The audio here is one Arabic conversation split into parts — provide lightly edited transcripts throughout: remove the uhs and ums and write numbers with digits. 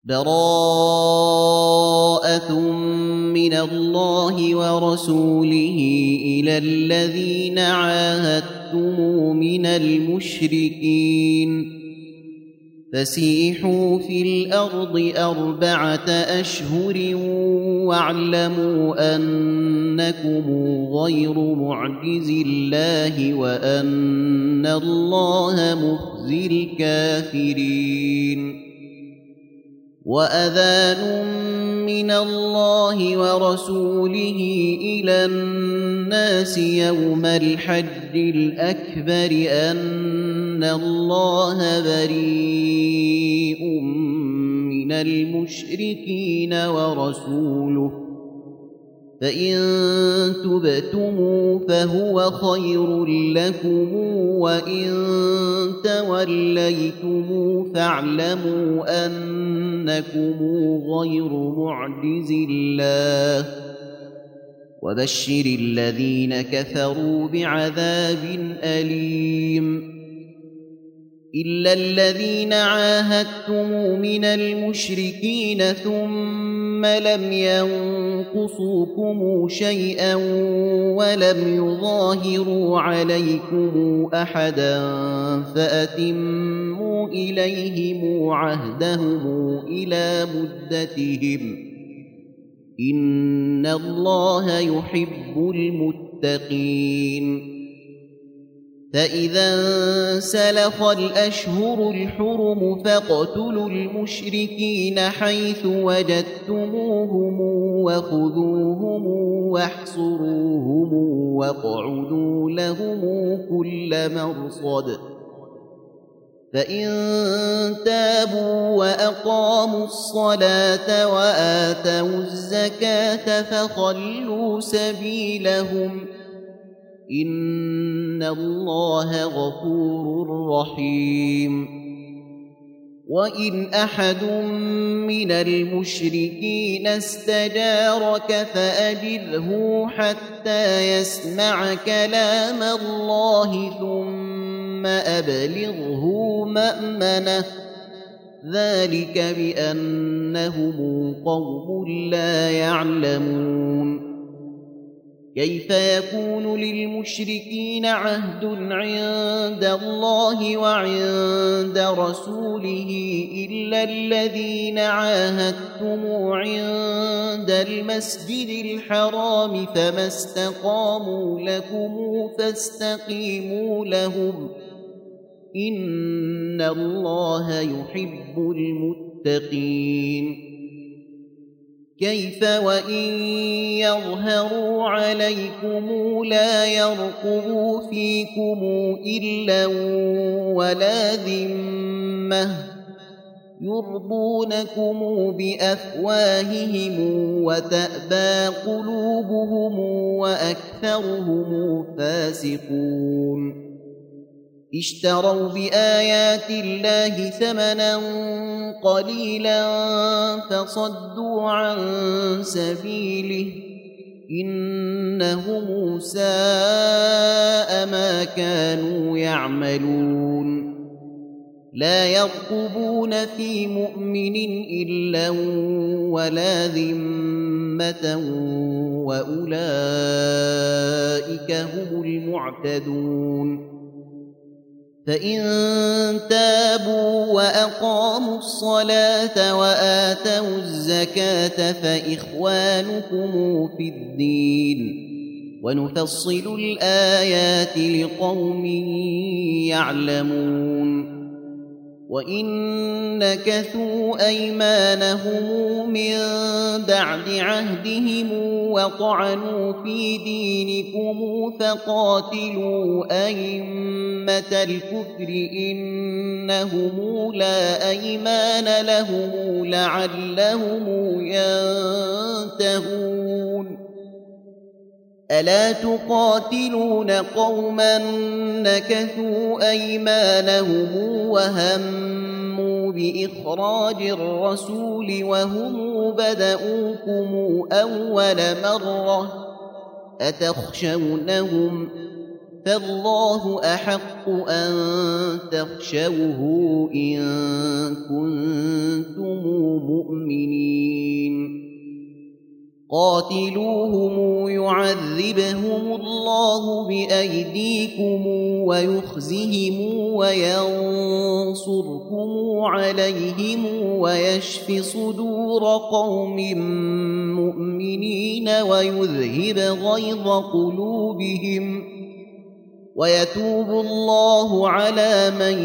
براءة من الله ورسوله إلى الذين عاهدتم من المشركين فسيحوا في الأرض 4 أشهر واعلموا أنكم غير معجز الله وأن الله مخزي الكافرين. وأذان من الله ورسوله إلى الناس يوم الحج الأكبر أن الله بريء من المشركين ورسوله فإن تبتموا فهو خير لكم وإن توليتم فاعلموا أنكم غير معجز الله وبشر الذين كفروا بعذاب أليم. إلا الذين عاهدتم من المشركين ثم لم ينقصوكم شيئا ولم يظاهروا عليكم أحدا فأتموا إليهم عهدهم إلى مدتهم إن الله يحب المتقين. فإذا انسلخ الأشهر الحرم فاقتلوا المشركين حيث وجدتموهم وخذوهم واحصروهم واقعدوا لهم كل مرصد فإن تابوا وأقاموا الصلاة وآتوا الزكاة فخلوا سبيلهم إن الله غفور رحيم. وإن أحد من المشركين استجارك فأجره حتى يسمع كلام الله ثم أبلغه مأمنه ذلك بأنهم قوم لا يعلمون. كيف يكون للمشركين عهد عند الله وعند رسوله إلا الذين عاهدتم عند المسجد الحرام فما استقاموا لكم فاستقيموا لهم إن الله يحب المتقين. كيف وإن يظهروا عليكم لا يرقبوا فيكم إلا ولا ذمة يرضونكم بأفواههم وتأبى قلوبهم وأكثرهم فاسقون. اشتروا بآيات الله ثمنا قليلا فصدوا عن سبيله إنهم ساء ما كانوا يعملون. لا يرقبون في مؤمن إلا ولا ذمة وأولئك هم المعتدون. فإن تابوا وأقاموا الصلاة وآتوا الزكاة فإخوانكم في الدين ونفصل الآيات لقوم يعلمون. وإن نكثوا أيمانهم من بعد عهدهم وطعنوا في دينكم فقاتلوا أئمة الكفر إنهم لا أيمان لهم لعلهم ينتهون. ألا تقاتلون قوما نكثوا أيمانهم وهموا بإخراج الرسول وهم بدؤوكم أول مرة أتخشونهم فالله أحق أن تخشوه إن كنتم مؤمنين. مؤمنين قاتلوهم يعذبهم الله بأيديكم ويخزهم وينصركم عليهم ويشف صدور قوم مؤمنين ويذهب غيظ قلوبهم ويتوب الله على من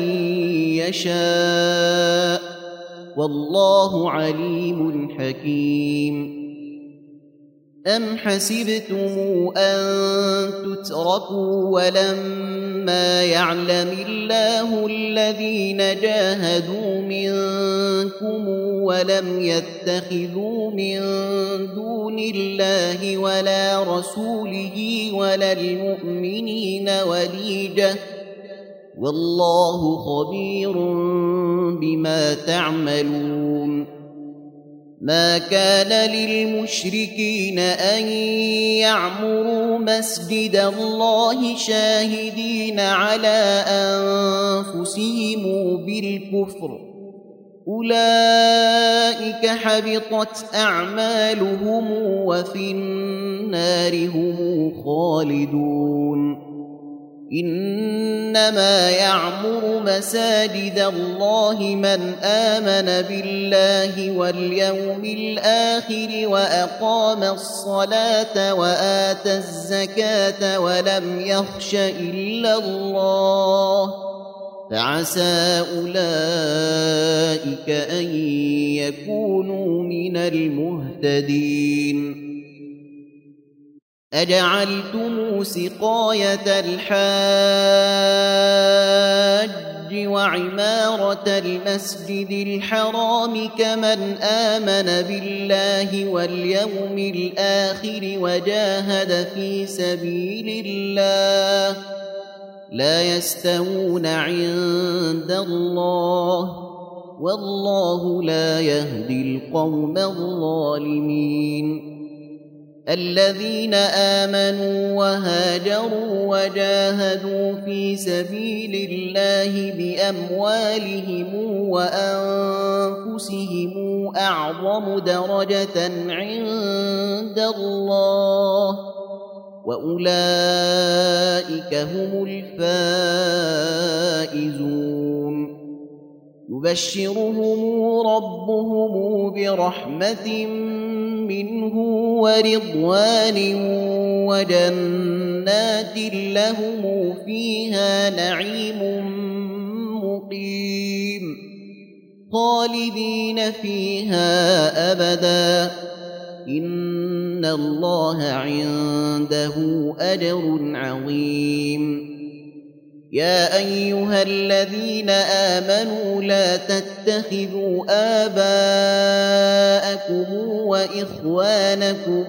يشاء والله عليم حكيم أم حسبتم أن تتركوا ولما يعلم الله الذين جاهدوا منكم ولم يتخذوا من دون الله ولا رسوله ولا المؤمنين وليجة والله خبير بما تعملون ما كان للمشركين أن يعمروا مسجد الله شاهدين على أنفسهم بالكفر أولئك حبطت أعمالهم وفي النار هم خالدون إنما يعمر مساجد الله من آمن بالله واليوم الآخر وأقام الصلاة وآتى الزكاة ولم يخش إلا الله فعسى أولئك أن يكونوا من المهتدين أجعلتم سقاية الحاج وعمارة المسجد الحرام كمن آمن بالله واليوم الآخر وجاهد في سبيل الله لا يستوون عند الله والله لا يهدي القوم الظالمين الذين آمنوا وهاجروا وجاهدوا في سبيل الله بأموالهم وأنفسهم أعظم درجة عند الله وأولئك هم الفائزون يبشرهم ربهم برحمة منه ورضوان وجنات لهم فيها نعيم مقيم خالدين فيها أبدا إن الله عنده أجر عظيم يا أيها الذين آمنوا لا تتخذوا آباءكم وإخوانكم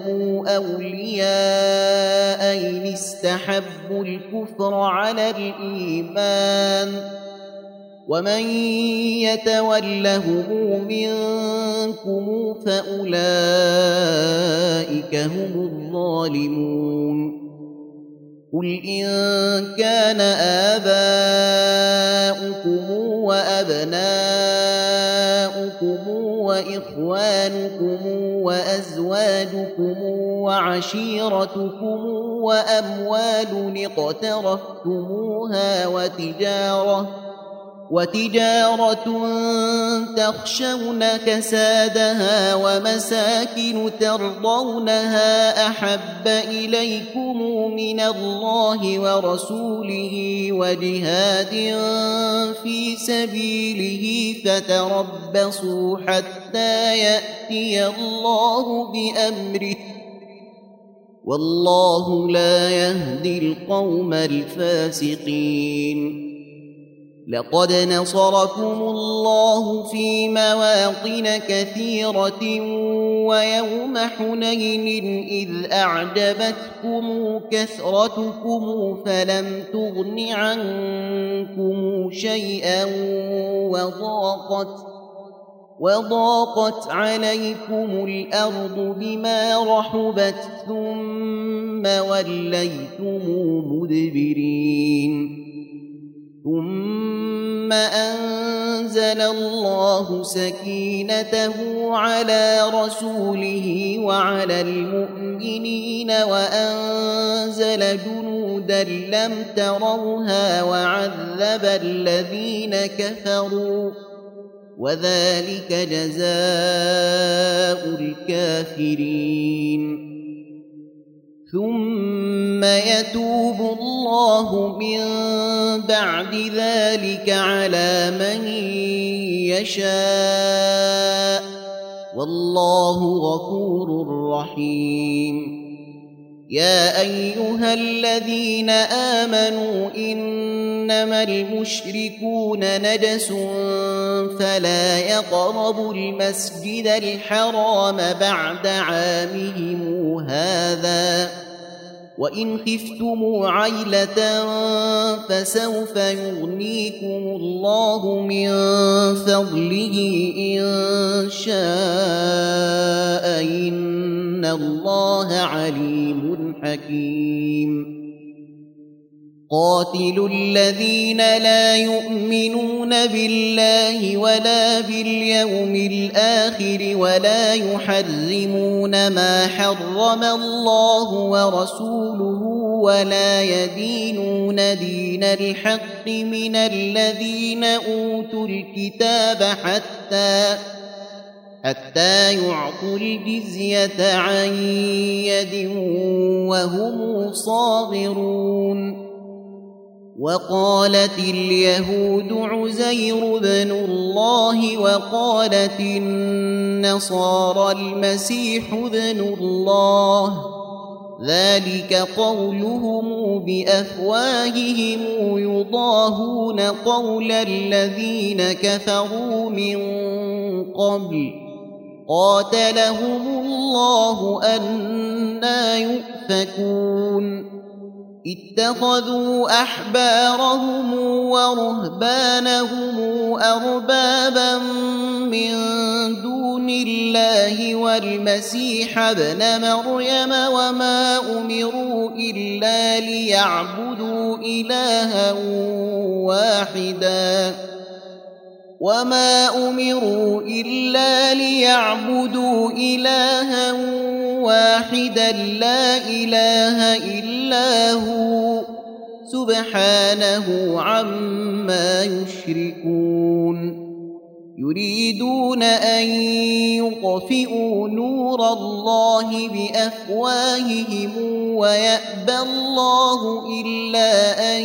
أولياء إن استحبوا الكفر على الإيمان ومن يتولهم منكم فأولئك هم الظالمون قل إن كان آباؤكم وأبناؤكم وإخوانكم وأزواجكم وعشيرتكم وأموال اقترفتموها وتجارة تخشون كسادها ومساكن ترضونها أحب إليكم من الله ورسوله وجهاد في سبيله فتربصوا حتى يأتي الله بأمره والله لا يهدي القوم الفاسقين لقد نصركم الله في مواطن كثيرة ويوم حنين إذ أعجبتكم كثرتكم فلم تغن عنكم شيئا وضاقت عليكم الأرض بما رحبت ثم وليتم مدبرين ثم أنزل أنزل الله سكينته على رسوله وعلى المؤمنين وأنزل جنودا لم تروها وعذب الذين كفروا وذلك جزاء الكافرين ثم يتوب الله من بعد ذلك على من يشاء والله غفور رحيم يا أيها الذين آمنوا إنما المشركون نجس فلا يقربوا المسجد الحرام بعد عامهم هذا وإن خفتم عيلة فسوف يغنيكم الله من فضله إن شاء إن الله عليم حكيم قاتلوا الذين لا يؤمنون بالله ولا باليوم الآخر ولا يحرمون ما حرم الله ورسوله ولا يدينون دين الحق من الذين أوتوا الكتاب حتى يعطوا الجزية عن يد وهم صاغرون وقالت اليهود عزير بن الله وقالت النصارى المسيح ابن الله ذلك قولهم بأفواههم يضاهون قول الذين كفروا من قبل قاتلهم الله أنى يؤفكون اتخذوا أحبارهم ورهبانهم أربابا من دون الله والمسيح ابن مريم وما أمروا إلا ليعبدوا إلها واحدا لا إله إلا هو سبحانه عما يشركون يريدون أن يطفئوا نور الله بأفواههم ويأبى الله إلا أن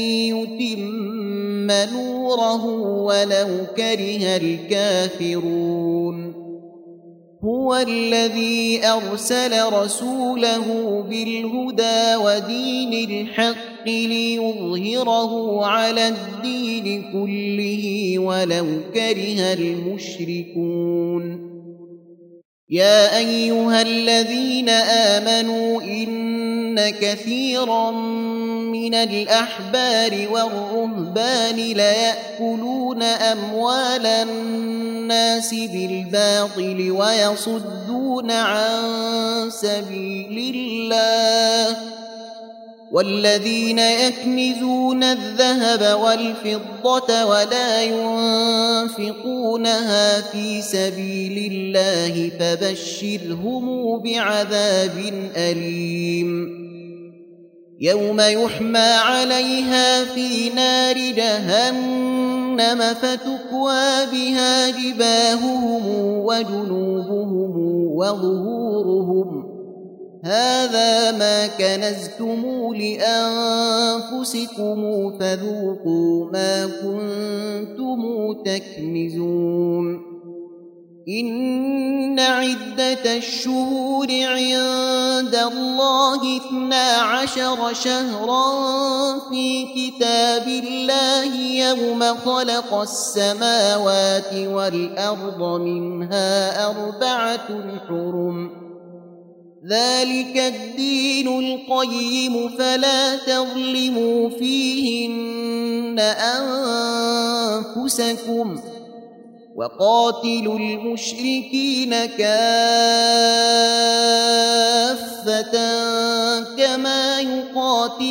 يتم نوره ولو كره الكافرون هو الذي أرسل رسوله بالهدى ودين الحق ليظهره على الدين كله ولو كره المشركون يا أيها الذين آمنوا إن كثيرا من الأحبار والرهبان ليأكلون أموال الناس بالباطل ويصدون عن سبيل الله والذين يكنزون الذهب والفضة ولا ينفقونها في سبيل الله فبشرهم بعذاب أليم يوم يحمى عليها في نار جهنم فتكوى بها جباههم وجنوبهم وظهورهم هذا ما كنزتم لأنفسكم فذوقوا ما كنتم تكنزون إن عدة الشهور عند الله 12 شهرا في كتاب الله يوم خلق السماوات والأرض منها 4 حرم ذلك الدين القيم فلا تظلموا فيهن أنفسكم وقاتلوا المشركين كافة كما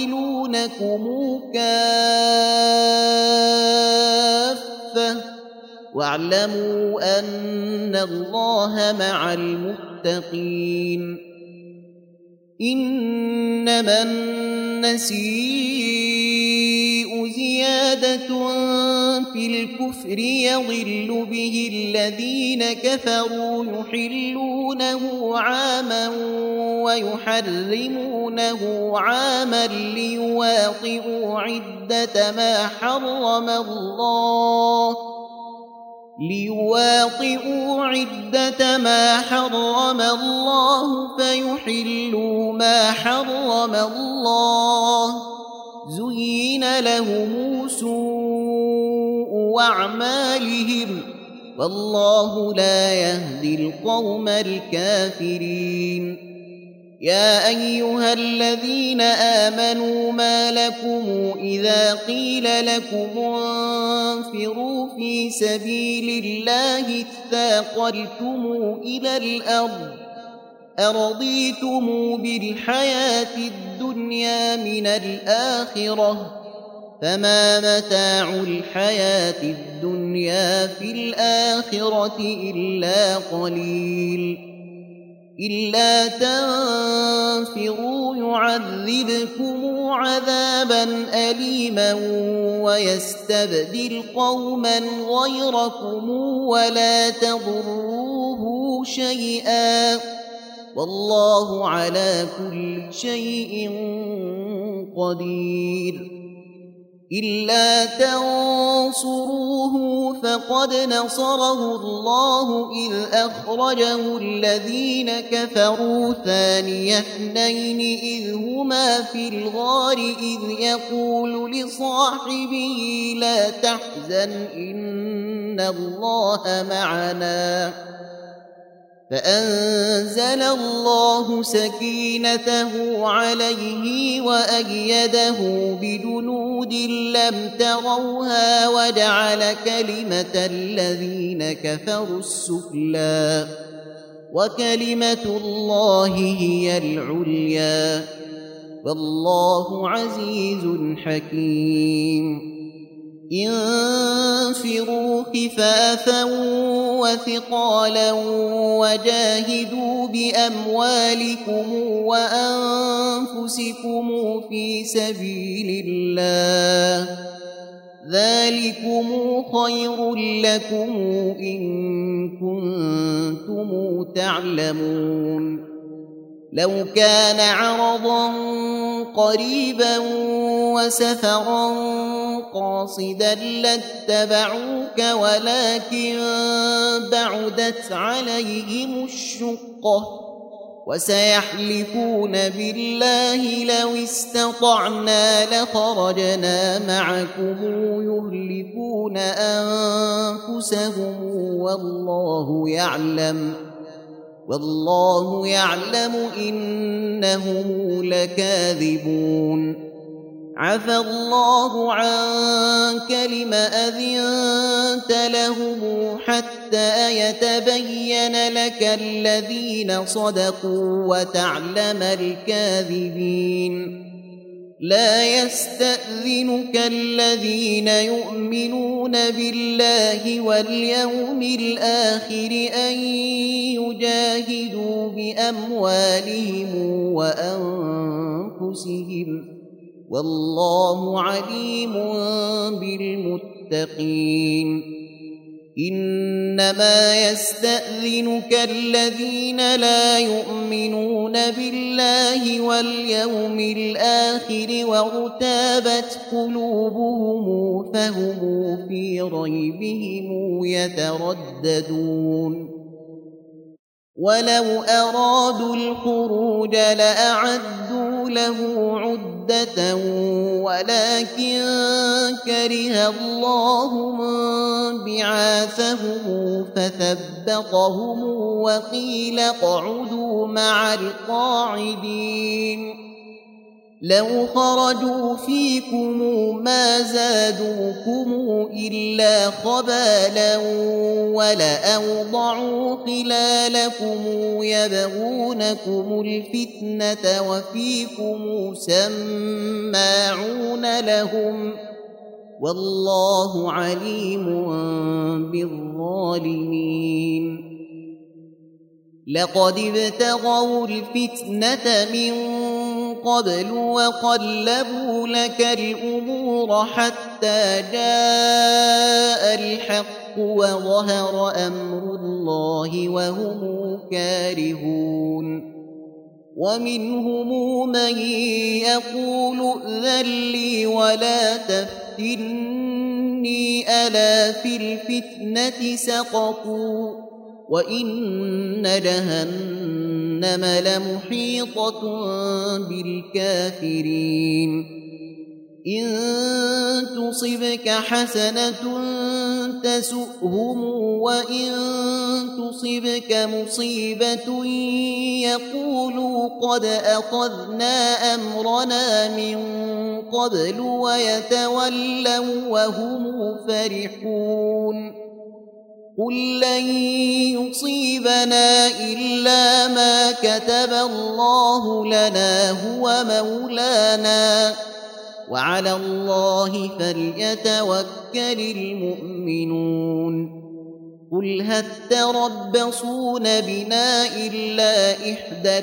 يقاتلونكم كافة واعلموا أن الله مع المتقين إنما النسيء زيادة في الكفر يضل به الذين كفروا يحلونه عاما ويحرمونه عاما ليواطئوا عدة ما حرم الله فيحلوا ما حرم الله زين لهم سوء أعمالهم والله لا يهدي القوم الكافرين يا أيها الذين آمنوا ما لكم إذا قيل لكم انفروا في سبيل الله اثاقلتم إلى الأرض أرضيتم بالحياة الدنيا من الآخرة فما متاع الحياة الدنيا في الآخرة إلا قليل إلا تنفروا يعذبكم عذابا أليما ويستبدل قوما غيركم ولا تضروه شيئا والله على كل شيء قدير إلا تنصروه فقد نصره الله إذ أخرجه الذين كفروا ثاني اثنين إذ هما في الغار إذ يقول لصاحبه لا تحزن إن الله معنا فأنزل الله سكينته عليه وأيده بجنود لم تروها وجعل كلمة الذين كفروا السفلى وكلمة الله هي العليا والله عزيز حكيم انفروا خفافا وثقالا وجاهدوا بأموالكم وأنفسكم في سبيل الله ذلكم خير لكم إن كنتم تعلمون لو كان عرضا قريبا وسفرا قاصدا لاتبعوك ولكن بعدت عليهم الشقة وسيحلفون بالله لو استطعنا لخرجنا معكم يهلكون أنفسهم والله يعلم إنهم لكاذبون عفى الله عنك لم أذنت لهم حتى يتبين لك الذين صدقوا وتعلم الكاذبين لا يستأذنك الذين يؤمنون بالله واليوم الآخر أن يجاهدوا بأموالهم وأنفسهم والله عليم بالمتقين إنما يستأذنك الذين لا يؤمنون بالله واليوم الآخر وارتابت قلوبهم فهم في ريبهم يترددون ولو أرادوا الخروج لأعدوا له عدة ولكن كره الله بعاثهم فثبطهم وقيل اقعدوا مع القاعدين لو خرجوا فيكم ما زادوكم إلا خبالا ولأوضعوا خلالكم يبغونكم الفتنة وفيكم سماعون لهم والله عليم بالظالمين لقد ابتغوا الفتنة من قبل وقلبوا لك الأمور حتى جاء الحق وظهر أمر الله وهم كارهون ومنهم من يقول ائذن لي ولا تفتني ألا في الفتنة سقطوا وإن جهنم لمحيطة بالكافرين إن تصبك حسنة تسؤهم وإن تصبك مصيبة يقولوا قد أخذنا أمرنا من قبل ويتولوا وهم فرحون قل لن يصيبنا إلا ما كتب الله لنا هو مولانا وعلى الله فليتوكل المؤمنون قل هل تربصون بنا إلا إحدى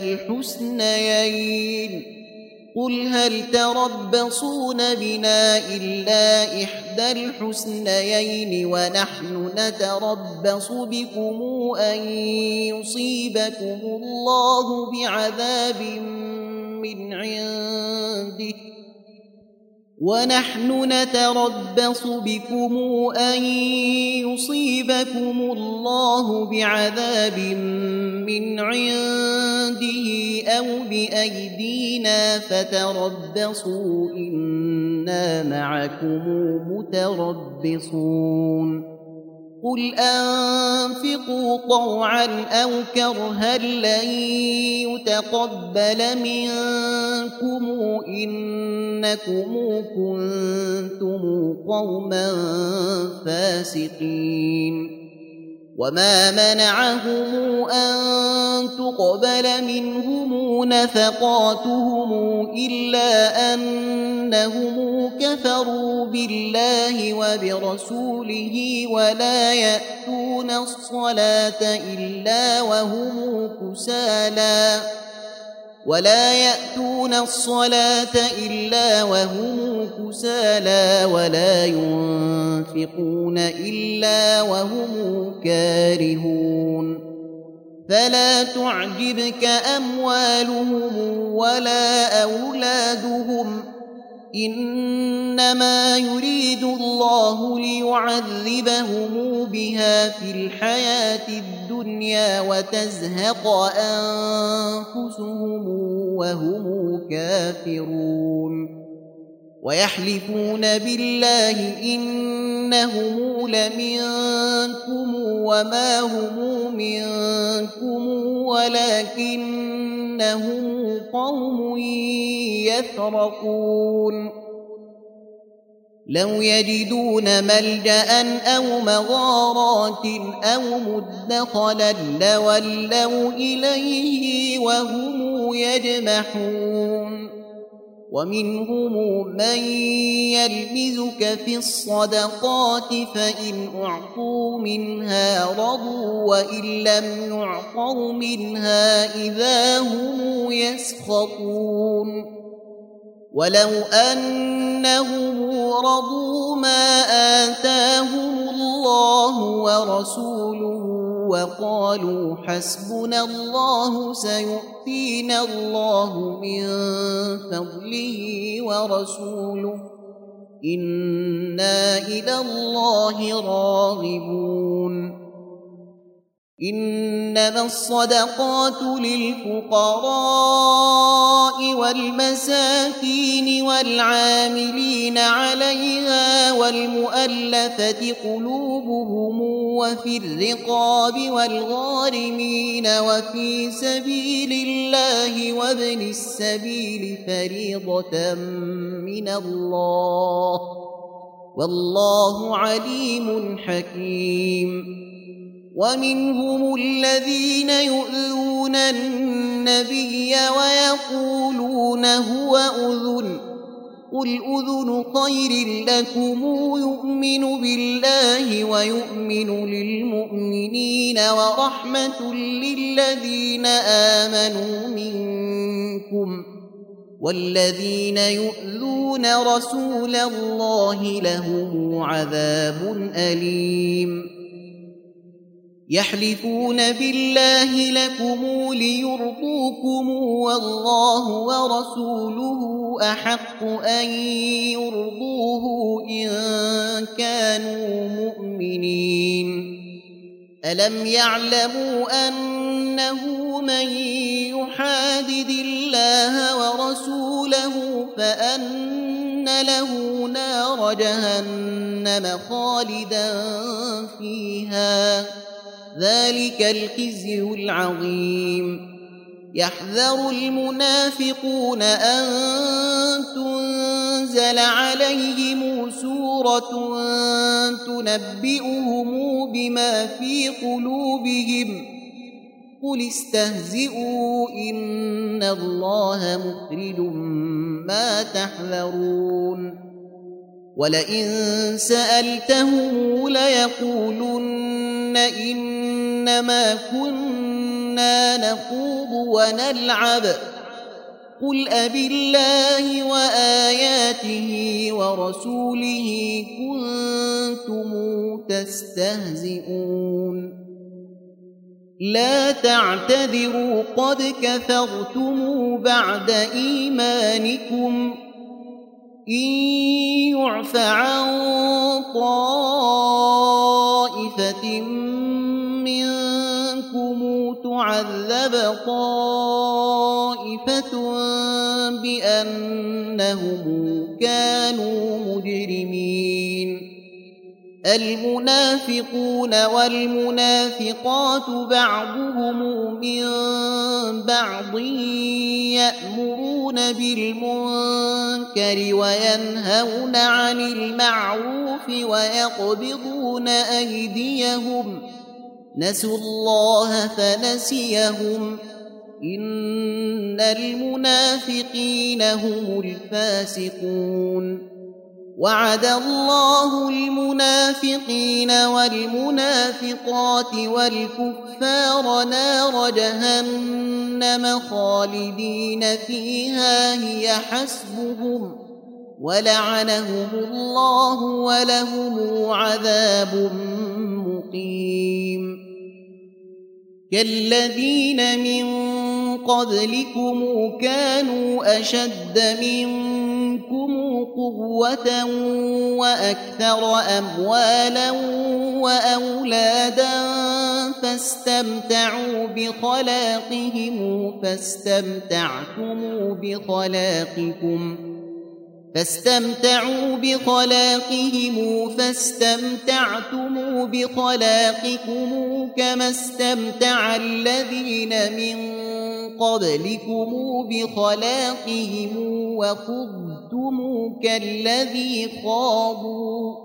الحسنيين ونحن نتربص بكم أن يصيبكم الله بعذاب من عنده أو بأيدينا فتربصوا إنا معكم متربصون قل أنفقوا طوعا أو كرها لن يتقبل منكم إنكم كنتم قوما فاسقين وما منعهم أن تقبل منهم نفقاتهم إلا أنهم كفروا بالله وبرسوله ولا يأتون الصلاة إلا وهم كسالى ولا ينفقون إلا وهم كارهون فلا تعجبك أموالهم ولا أولادهم إنما يريد الله ليعذبهم بها في الحياة الدنيا وتزهق أنفسهم وهم كافرون ويحلفون بالله إنهم لمنكم وما هم منكم ولكنهم قوم يفرقون لو يجدون ملجأ أو مغارات أو مدخلا لولوا إليه وهم يجمحون ومنهم من يلمزك في الصدقات فإن أعطوا منها رضوا وإن لم يعطوا منها إذا هم يسخطون ولو أنهم رضوا ما آتاهم الله ورسوله وقالوا حسبنا الله سيؤتينا الله من فضله ورسوله إنا إلى الله راغبون إنما الصدقات للفقراء والمساكين والعاملين عليها والمؤلفة قلوبهم وفي الرقاب والغارمين وفي سبيل الله وابن السبيل فريضة من الله والله عليم حكيم ومنهم الذين يؤذون النبي ويقولون هو أذن قل أذن خير لكم يؤمن بالله ويؤمن للمؤمنين ورحمة للذين آمنوا منكم والذين يؤذون رسول الله لهم عذاب أليم يحلفون بالله لكم ليرضوكم والله ورسوله أحق أن يرضوه إن كانوا مؤمنين ألم يعلموا أنه من يحادد الله ورسوله فأن له نار جهنم خالدا فيها ذلك الخزي العظيم يحذر المنافقون أن تنزل عليهم سورة تنبئهم بما في قلوبهم قل استهزئوا إن الله مخرج ما تحذرون ولئن سألتهم ليقولن إنما كنا نخوض ونلعب قل أبالله وآياته ورسوله كنتم تستهزئون لا تعتذروا قد كفرتم بعد إيمانكم إن يعف عن طائفة منكم تعذب طائفة بأنهم كانوا مجرمين المنافقون والمنافقات بعضهم من بعض يأمرون بالمنكر وينهون عن المعروف ويقبضون أيديهم نسوا الله فنسيهم إن المنافقين هم الفاسقون وعد الله المنافقين والمنافقات والكفار نار جهنم خالدين فيها هي حسبهم ولعنهم الله ولهم عذاب مقيم كالذين من قبلكم كانوا أشد منكم قوة وأكثر أموالا وأولادا فاستمتعوا بخلاقهم فاستمتعتم بخلاقكم كما استمتع الذين من قبلكم بخلاقهم وخضتم كالذي خاضوا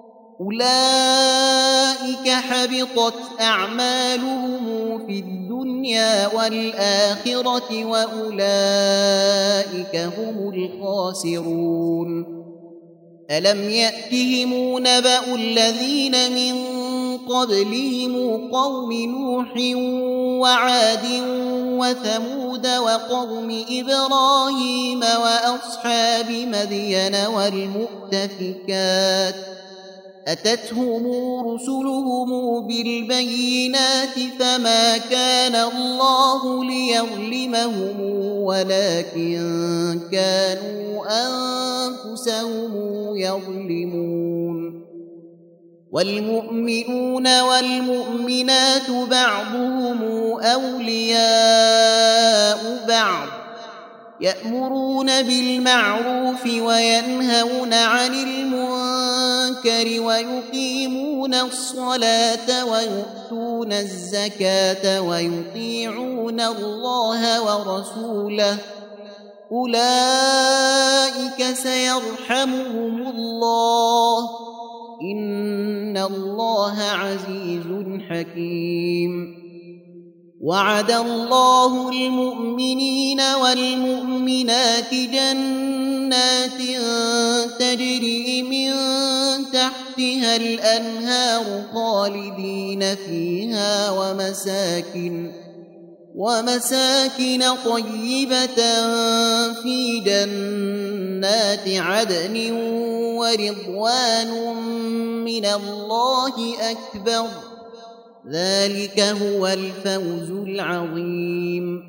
أولئك حبطت أعمالهم في الدنيا والآخرة وأولئك هم الخاسرون ألم يأتهم نبأ الذين من قبلهم قوم نوح وعاد وثمود وقوم إبراهيم وأصحاب مدين والمؤتفكات أتتهم رسلهم بالبينات فما كان الله ليظلمهم ولكن كانوا أنفسهم يظلمون والمؤمنون والمؤمنات بعضهم أولياء بعض يأمرون بالمعروف وينهون عن المنكر ويقيمون الصلاة ويؤتون الزكاة ويطيعون الله ورسوله أولئك سيرحمهم الله إن الله عزيز حكيم وعد الله المؤمنين والمؤمنات جنات تجري من تحتها الأنهار خالدين فيها ومساكن طيبة في جنات عدن ورضوان من الله أكبر ذلك هو الفوز العظيم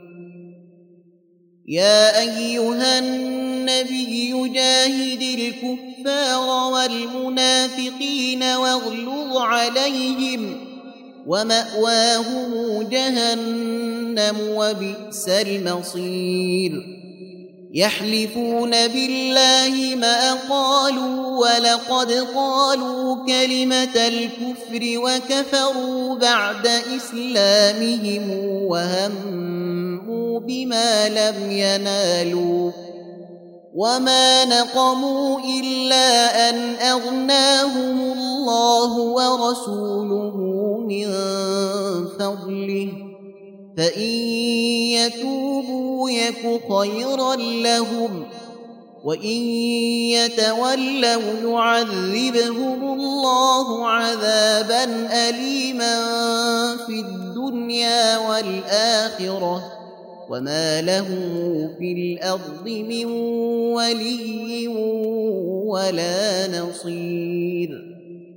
يا أيها النبي جاهد الكفار والمنافقين واغلظ عليهم ومأواهم جهنم وبئس المصير يحلفون بالله ما قالوا ولقد قالوا كلمة الكفر وكفروا بعد إسلامهم وهموا بما لم ينالوا وما نقموا إلا أن أغناهم الله ورسوله من فضله فإن يتوبوا يك خيرا لهم وإن يتولوا يعذبهم الله عذابا أليما في الدنيا والآخرة وما لهم في الأرض من ولي ولا نصير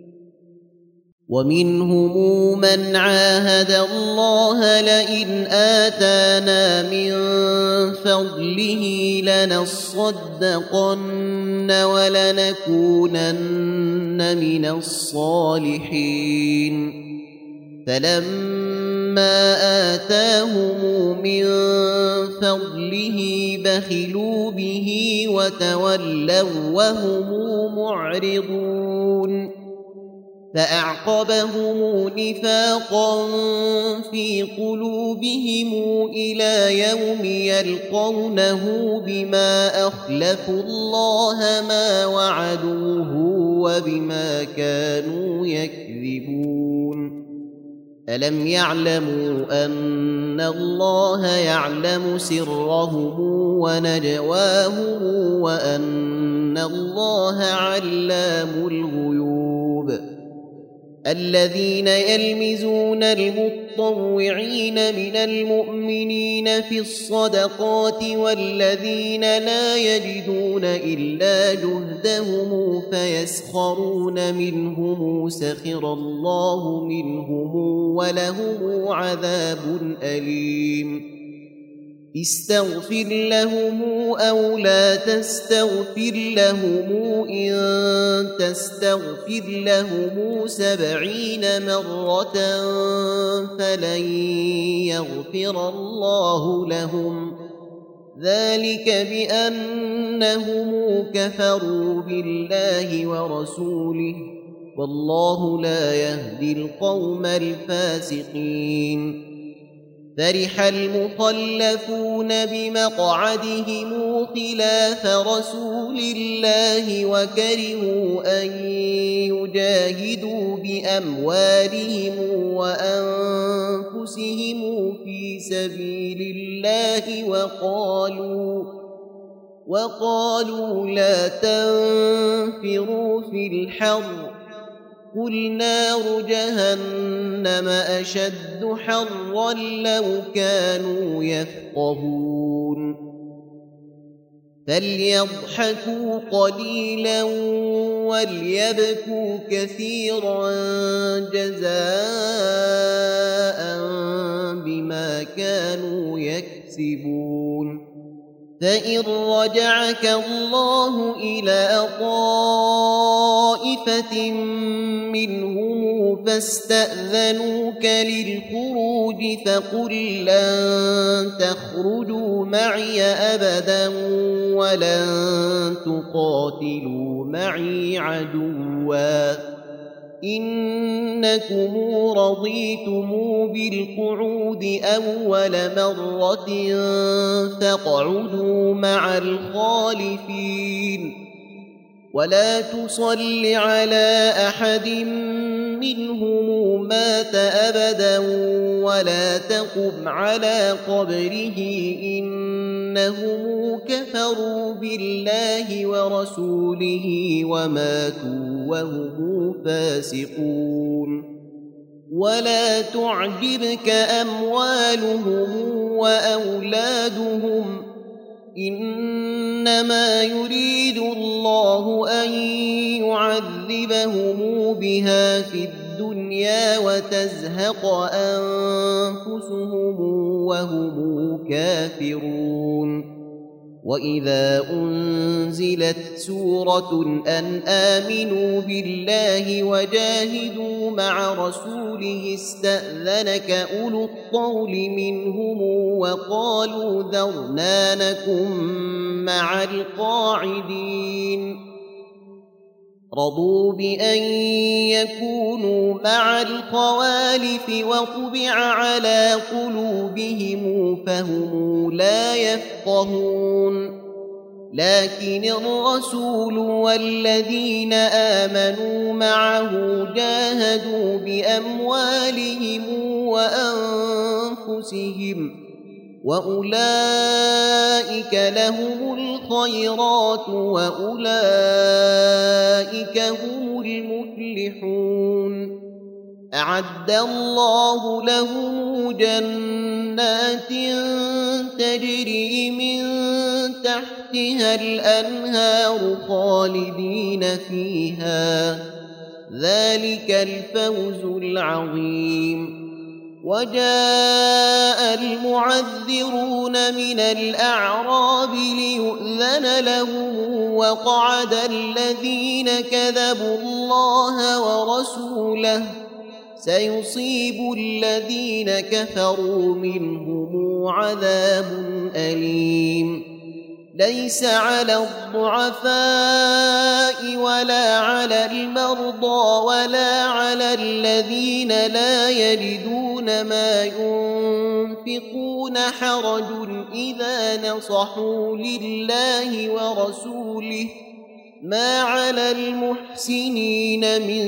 ومنهم من عاهد الله لئن آتانا من فضله لنصدقن ولنكونن من الصالحين فلما آتاهم من فضله بخلوا به وتولوا وهم معرضون فأعقبهم نفاقا في قلوبهم إلى يوم يلقونه بما أخلفوا الله ما وعدوه وبما كانوا يكذبون ألم يعلموا أن الله يعلم سرهم ونجواهم وأن الله علام الغيوب الذين يلمزون المطوعين من المؤمنين في الصدقات والذين لا يجدون إلا جهدهم فيسخرون منهم سخر الله منهم ولهم عذاب أليم استغفر لهم أو لا تستغفر لهم إن تستغفر لهم 70 مرة فلن يغفر الله لهم ذلك بأنهم كفروا بالله ورسوله والله لا يهدي القوم الفاسقين فرح المخلفون بمقعدهم خلاف رسول الله وكرهوا أن يجاهدوا بأموالهم وأنفسهم في سبيل الله وقالوا لا تنفروا في الحر قل نار جهنم أشد حرا لو كانوا يفقهون فليضحكوا قليلا وليبكوا كثيرا جزاء بما كانوا يكسبون فإن رجعك الله إلى طائفة منهم فاستأذنوك للخروج فقل لن تخرجوا معي أبدا ولن تقاتلوا معي عدوا إنكم رضيتم بالقعود أول مرة فاقعدوا مع الخالفين ولا تصل على أحد منهم مات أبدا ولا تقم على قبره إنهم كفروا بالله ورسوله وماتوا وهم فاسقون ولا تعجبك أموالهم وأولادهم إنما يريد الله أن يعذبهم بها في الدنيا وتزهق أنفسهم وهم كافرون وإذا أنزلت سورة أن آمنوا بالله وجاهدوا مع رسوله استأذنك أولو الطول منهم وقالوا ذرنا نكن مع القاعدين رضوا بأن يكونوا مع الخوالف وطبع على قلوبهم فهم لا يفقهون لكن الرسول والذين آمنوا معه جاهدوا بأموالهم وأنفسهم وأولئك لهم الخيرات وأولئك هم المفلحون أعد الله لهم جنات تجري من تحتها الأنهار خالدين فيها ذلك الفوز العظيم وجاء المعذرون من الأعراب ليؤذن لهم وقعد الذين كذبوا الله ورسوله سيصيب الذين كفروا منهم عذاب أليم ليس على الضعفاء ولا على المرضى ولا على الذين لا يجدون ما ينفقون حرج إذا نصحوا لله ورسوله ما على المحسنين من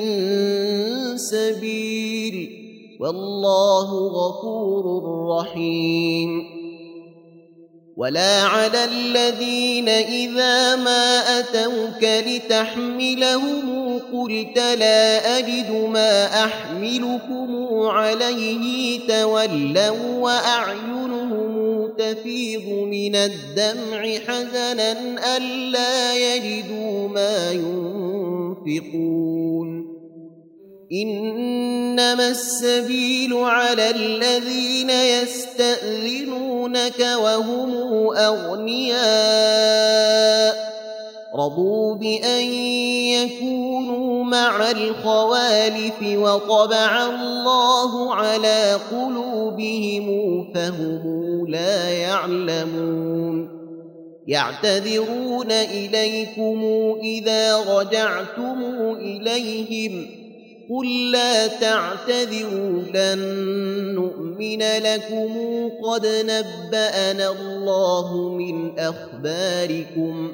سبيل والله غفور رحيم ولا على الذين إذا ما أتوك لتحملهم قلت لا أجد ما أحملكم عليه تولوا وأعينهم تفيض من الدمع حزنا ألا يجدوا ما ينفقون إنما السبيل على الذين يستأذنونك وهم أغنياء رضوا بأن يكونوا مع الخوالف وطبع الله على قلوبهم فهم لا يعلمون يعتذرون إليكم إذا رجعتم إليهم قل لا تعتذروا لن نؤمن لكم قد نبأنا الله من أخباركم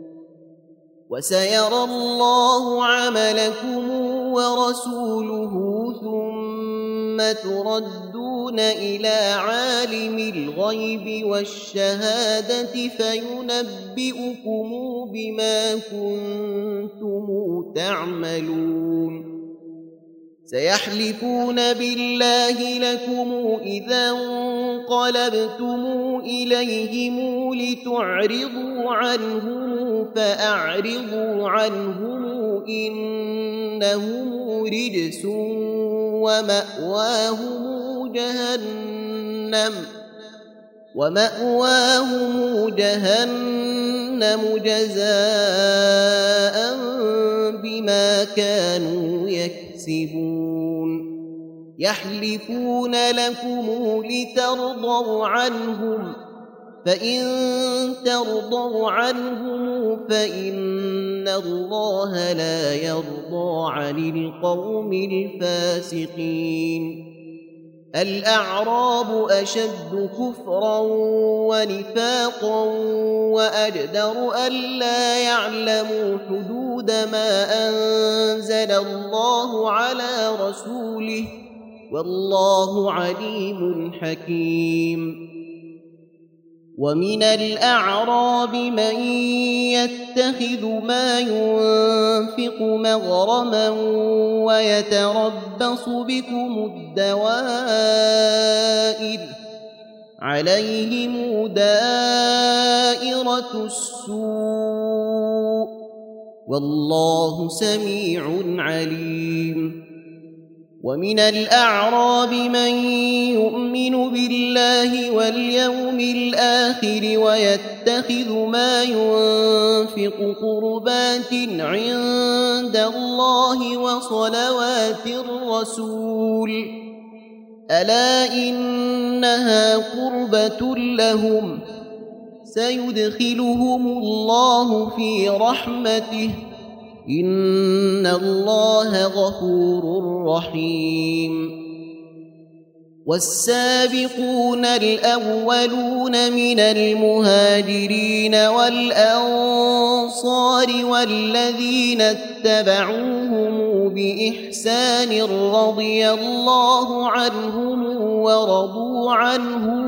وسيرى الله عملكم ورسوله ثم تردون إلى عالم الغيب والشهادة فينبئكم بما كنتم تعملون سيحلفون بالله لكم إذا انقلبتم إليهم لتعرضوا عنهم فأعرضوا عنهم إنهم رجس ومأواهم جهنم جزاء بما كانوا يكسبون يحلفون لكم لترضوا عنهم فإن ترضوا عنهم فإن الله لا يرضى عن القوم الفاسقين الأعراب أشد كفرا ونفاقا وأجدر ألا يعلموا حدود حدود ما أنزل الله على رسوله والله عليم حكيم. ومن الأعراب من يتخذ ما ينفق مغرما ويتربص بكم الدوائر عليهم دائرة السوء والله سميع عليم. ومن الأعراب من يؤمن بالله واليوم الآخر ويتخذ ما ينفق قربات عند الله وصلوات الرسول ألا إنها قربة لهم سيدخلهم الله في رحمته إن الله غفور رحيم. والسابقون الأولون من المهاجرين والأنصار والذين اتبعوهم بإحسان رضي الله عنهم ورضوا عنه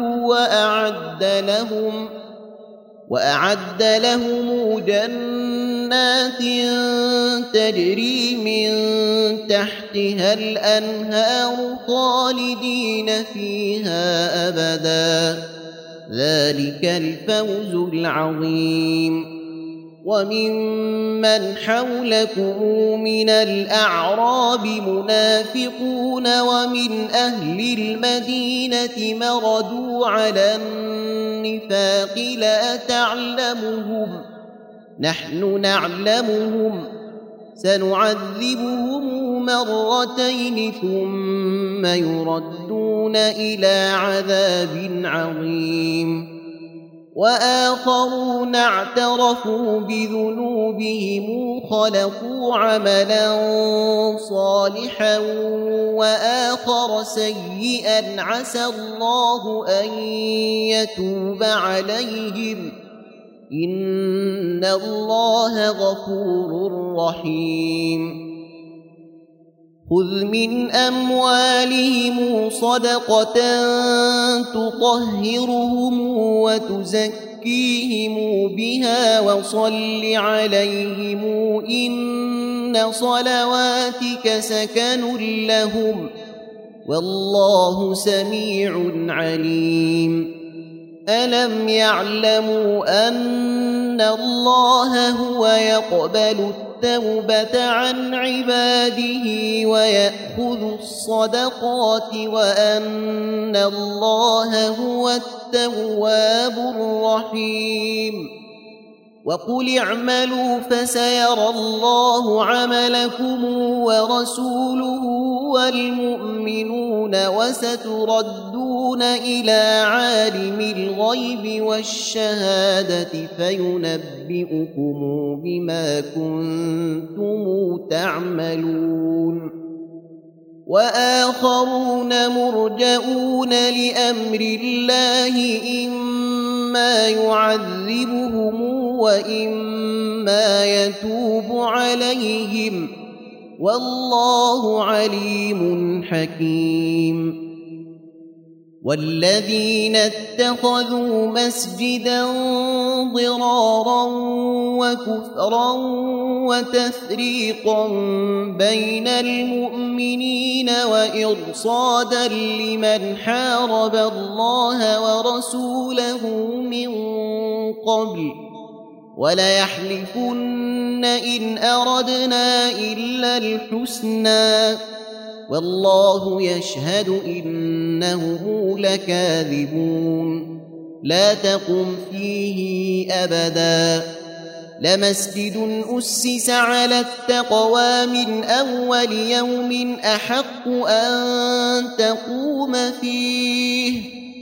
وأعد لهم جنات تجري من تحتها الأنهار خالدين فيها أبدا ذلك الفوز العظيم. وممن حولكم من الأعراب منافقون ومن أهل المدينة مردوا على النفاق لا تعلمهم نحن نعلمهم سنعذبهم مرتين ثم يردون إلى عذاب عظيم. وآخرون اعترفوا بذنوبهم خلقوا عملا صالحا وآخر سيئا عسى الله أن يتوب عليهم إن الله غفور رحيم. خذ من أموالهم صدقة تطهرهم وتزكيهم بها وصل عليهم إن صلواتك سكن لهم والله سميع عليم. ألم يعلموا أن الله هو يقبل التوبة عن عباده ويأخذ الصدقات وأن الله هو التواب الرحيم. وقل اعملوا فسيرى الله عملكم ورسوله والمؤمنون وستردون إلى عالم الغيب والشهادة فينبئكم بما كنتم تعملون. وآخرون مرجئون لأمر الله إما يعذبهم وإما يتوب عليهم والله عليم حكيم. والذين اتخذوا مسجدا ضرارا وكفرا وتفريقا بين المؤمنين وإرصادا لمن حارب الله ورسوله من قبل وليحلفن إن أردنا إلا الحسنى والله يشهد إنهم لكاذبون. لا تقم فيه أبدا لمسجد أسس على التقوى من أول يوم أحق أن تقوم فيه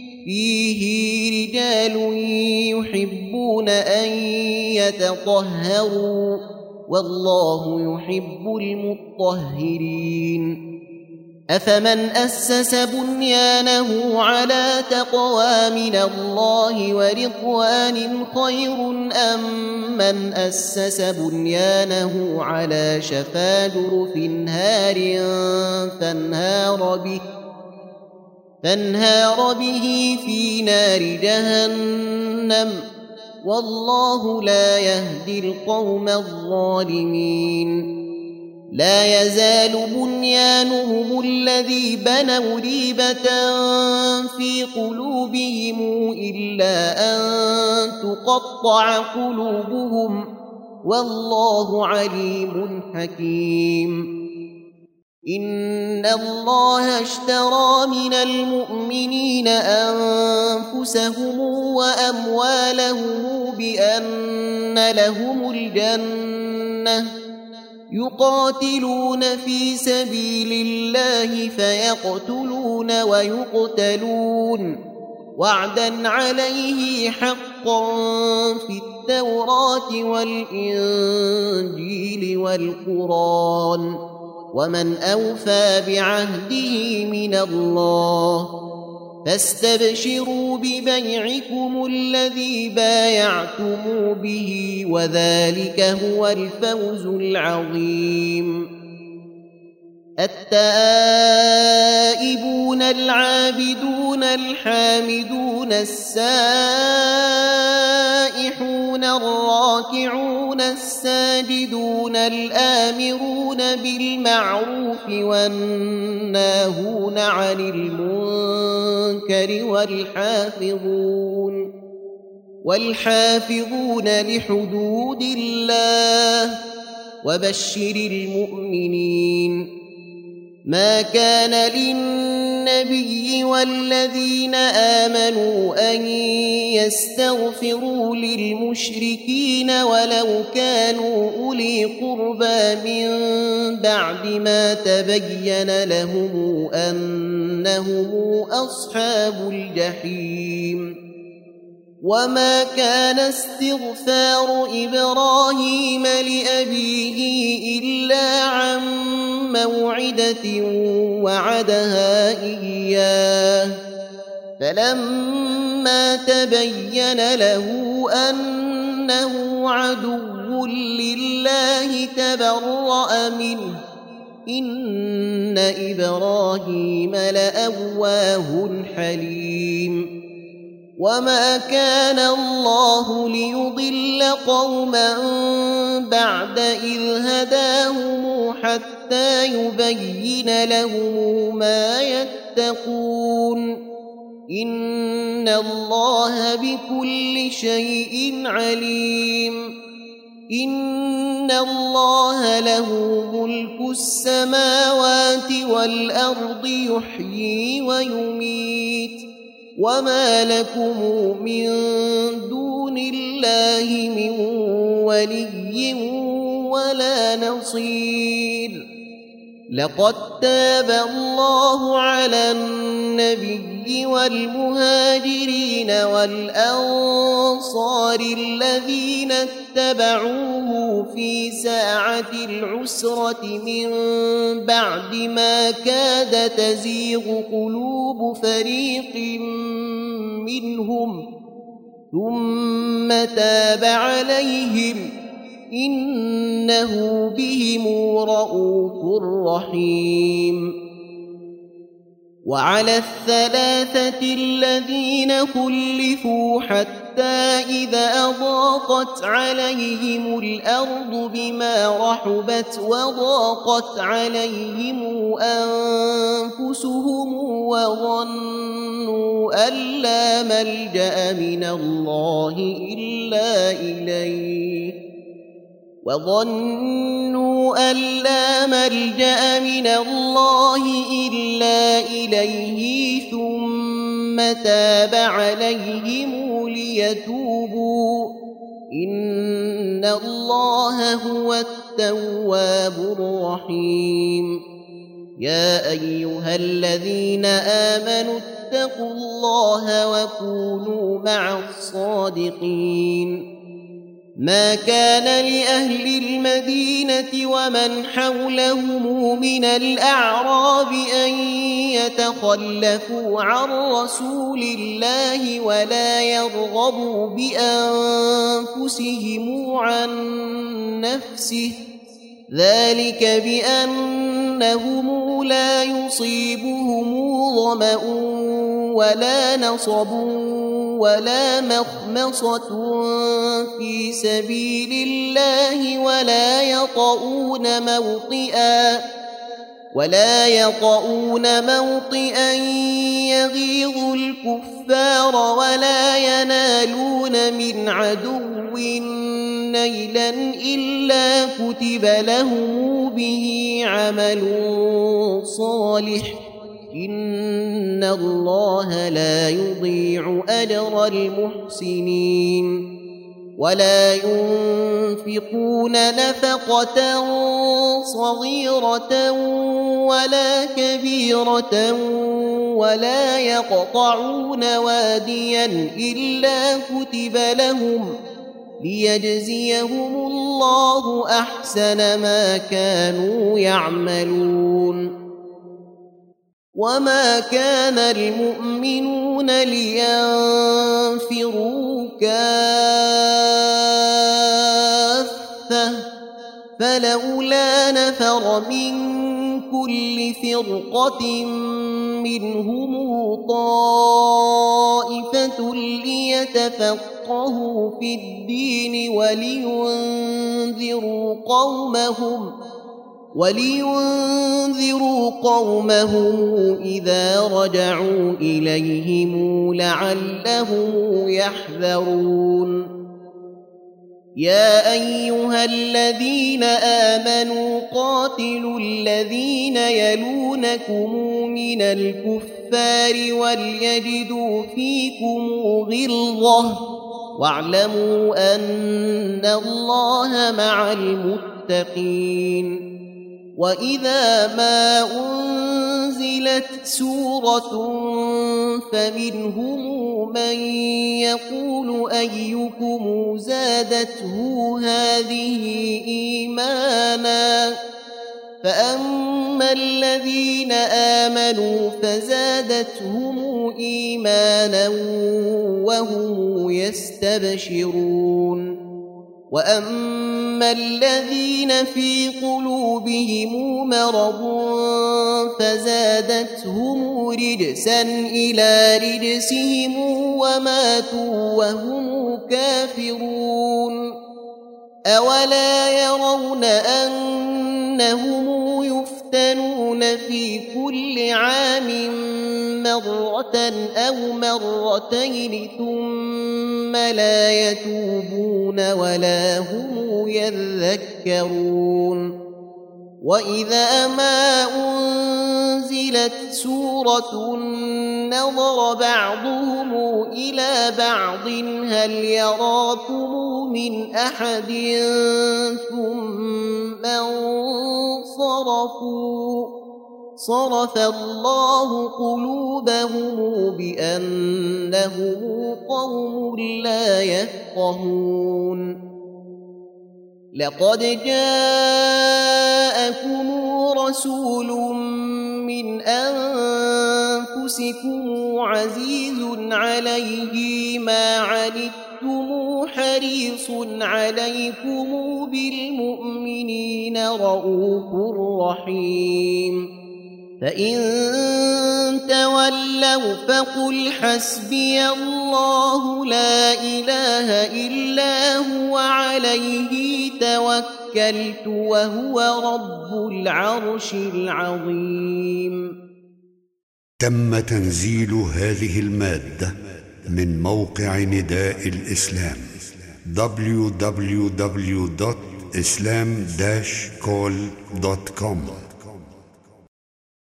رجال يحبون أن يتطهروا والله يحب المطهرين. أفمن أسس بنيانه على تقوى من الله ورضوان خير أم من أسس بنيانه على شفا جرف هار فانهار به في نار جهنم والله لا يهدي القوم الظالمين لا يزال بنيانهم الذي بنوا ريبة في قلوبهم إلا أن تقطع قلوبهم والله عليم حكيم إن الله اشترى من المؤمنين أنفسهم وأموالهم بأن لهم الجنة يقاتلون في سبيل الله فيقتلون ويقتلون وعدا عليه حقا في التوراة والإنجيل والقرآن ومن أوفى بعهده من الله فاستبشروا ببيعكم الذي بايعتم به وذلك هو الفوز العظيم التائبون العابدون الحامدون السائحون الراكعون الساجدون الآمرون بالمعروف والناهون عن المنكر والحافظون لحدود الله وبشر المؤمنين ما كان للنبي والذين آمنوا أن يستغفروا للمشركين ولو كانوا أولي قربى من بعد ما تبين لهم أنهم أصحاب الجحيم وما كان استغفار إبراهيم لأبيه إلا عن موعدة وعدها إياه فلما تبين له أنه عدو لله تبرأ منه إن إبراهيم لأواه حليم وما كان الله ليضل قوما بعد إذ هداهم حتى يبين لهم ما يتقون إن الله بكل شيء عليم إن الله له ملك السماوات والأرض يحيي ويميت وما لكم من دون الله من ولي ولا نصير لقد تاب الله على النبي والمهاجرين والأنصار الذين اتبعوه في ساعة العسرة من بعد ما كاد تزيغ قلوب فريق منهم ثم تاب عليهم إنه بهم رءوف رحيم وعلى الثلاثة الذين خلفوا حتى إذا أضاقت عليهم الأرض بما رحبت وضاقت عليهم أنفسهم وظنوا أن لا ملجأ من الله إلا إليه ثم تاب عليهم ليتوبوا إن الله هو التواب الرحيم يا أيها الذين آمنوا اتقوا الله وكونوا مع الصادقين ما كان لأهل المدينة ومن حولهم من الأعراب أن يتخلفوا عن رسول الله ولا يرغبوا بأنفسهم عن نفسه، ذلك بأنهم لا يصيبهم ظمأ ولا نصب ولا مخمصة في سبيل الله ولا يطؤون موطئا يغيظ الكفار ولا ينالون من عدو نيلا إلا كتب لهم به عمل صالح، إن الله لا يضيع أجر المحسنين. ولا ينفقون نفقة صغيرة ولا كبيرة ولا يقطعون واديا إلا كتب لهم ليجزيهم الله أحسن ما كانوا يعملون. وما كان المؤمنون لينفروا كافة فلولا نفر من كل فرقة منهم طائفة ليتفقهوا في الدين ولينذروا قومهم إذا رجعوا إليهم لعلهم يحذرون. يا أيها الذين آمنوا قاتلوا الذين يلونكم من الكفار وليجدوا فيكم غلظة واعلموا أن الله مع المتقين. وإذا ما أنزلت سورة فمنهم من يقول أيكم زادته هذه إيمانا، فأما الذين آمنوا فزادتهم إيمانا وهم يستبشرون. وأما الذين في قلوبهم مرض فزادتهم رجسا إلى رجسهم وماتوا وهم كافرون. أولا يرون أنهم يفتنون في كل عام مرة أو مرتين ثم لا يتوبون ولا هم يذكرون. وإذا ما أنزلت سورة نظر بعضهم إلى بعض هل يراكم من أحد ثم انصرفوا صرف الله قلوبهم بأنهم قوم لا يفقهون. لقد جاءكم رسول من أنفسكم عزيز عليه ما عنتم حريص عليكم بالمؤمنين رؤوف رحيم. فإن تولوا فقل حسبي الله لا إله إلا هو عليه توكلت وهو رب العرش العظيم. تم تنزيل هذه المادة من موقع نداء الإسلام www.islam-call.com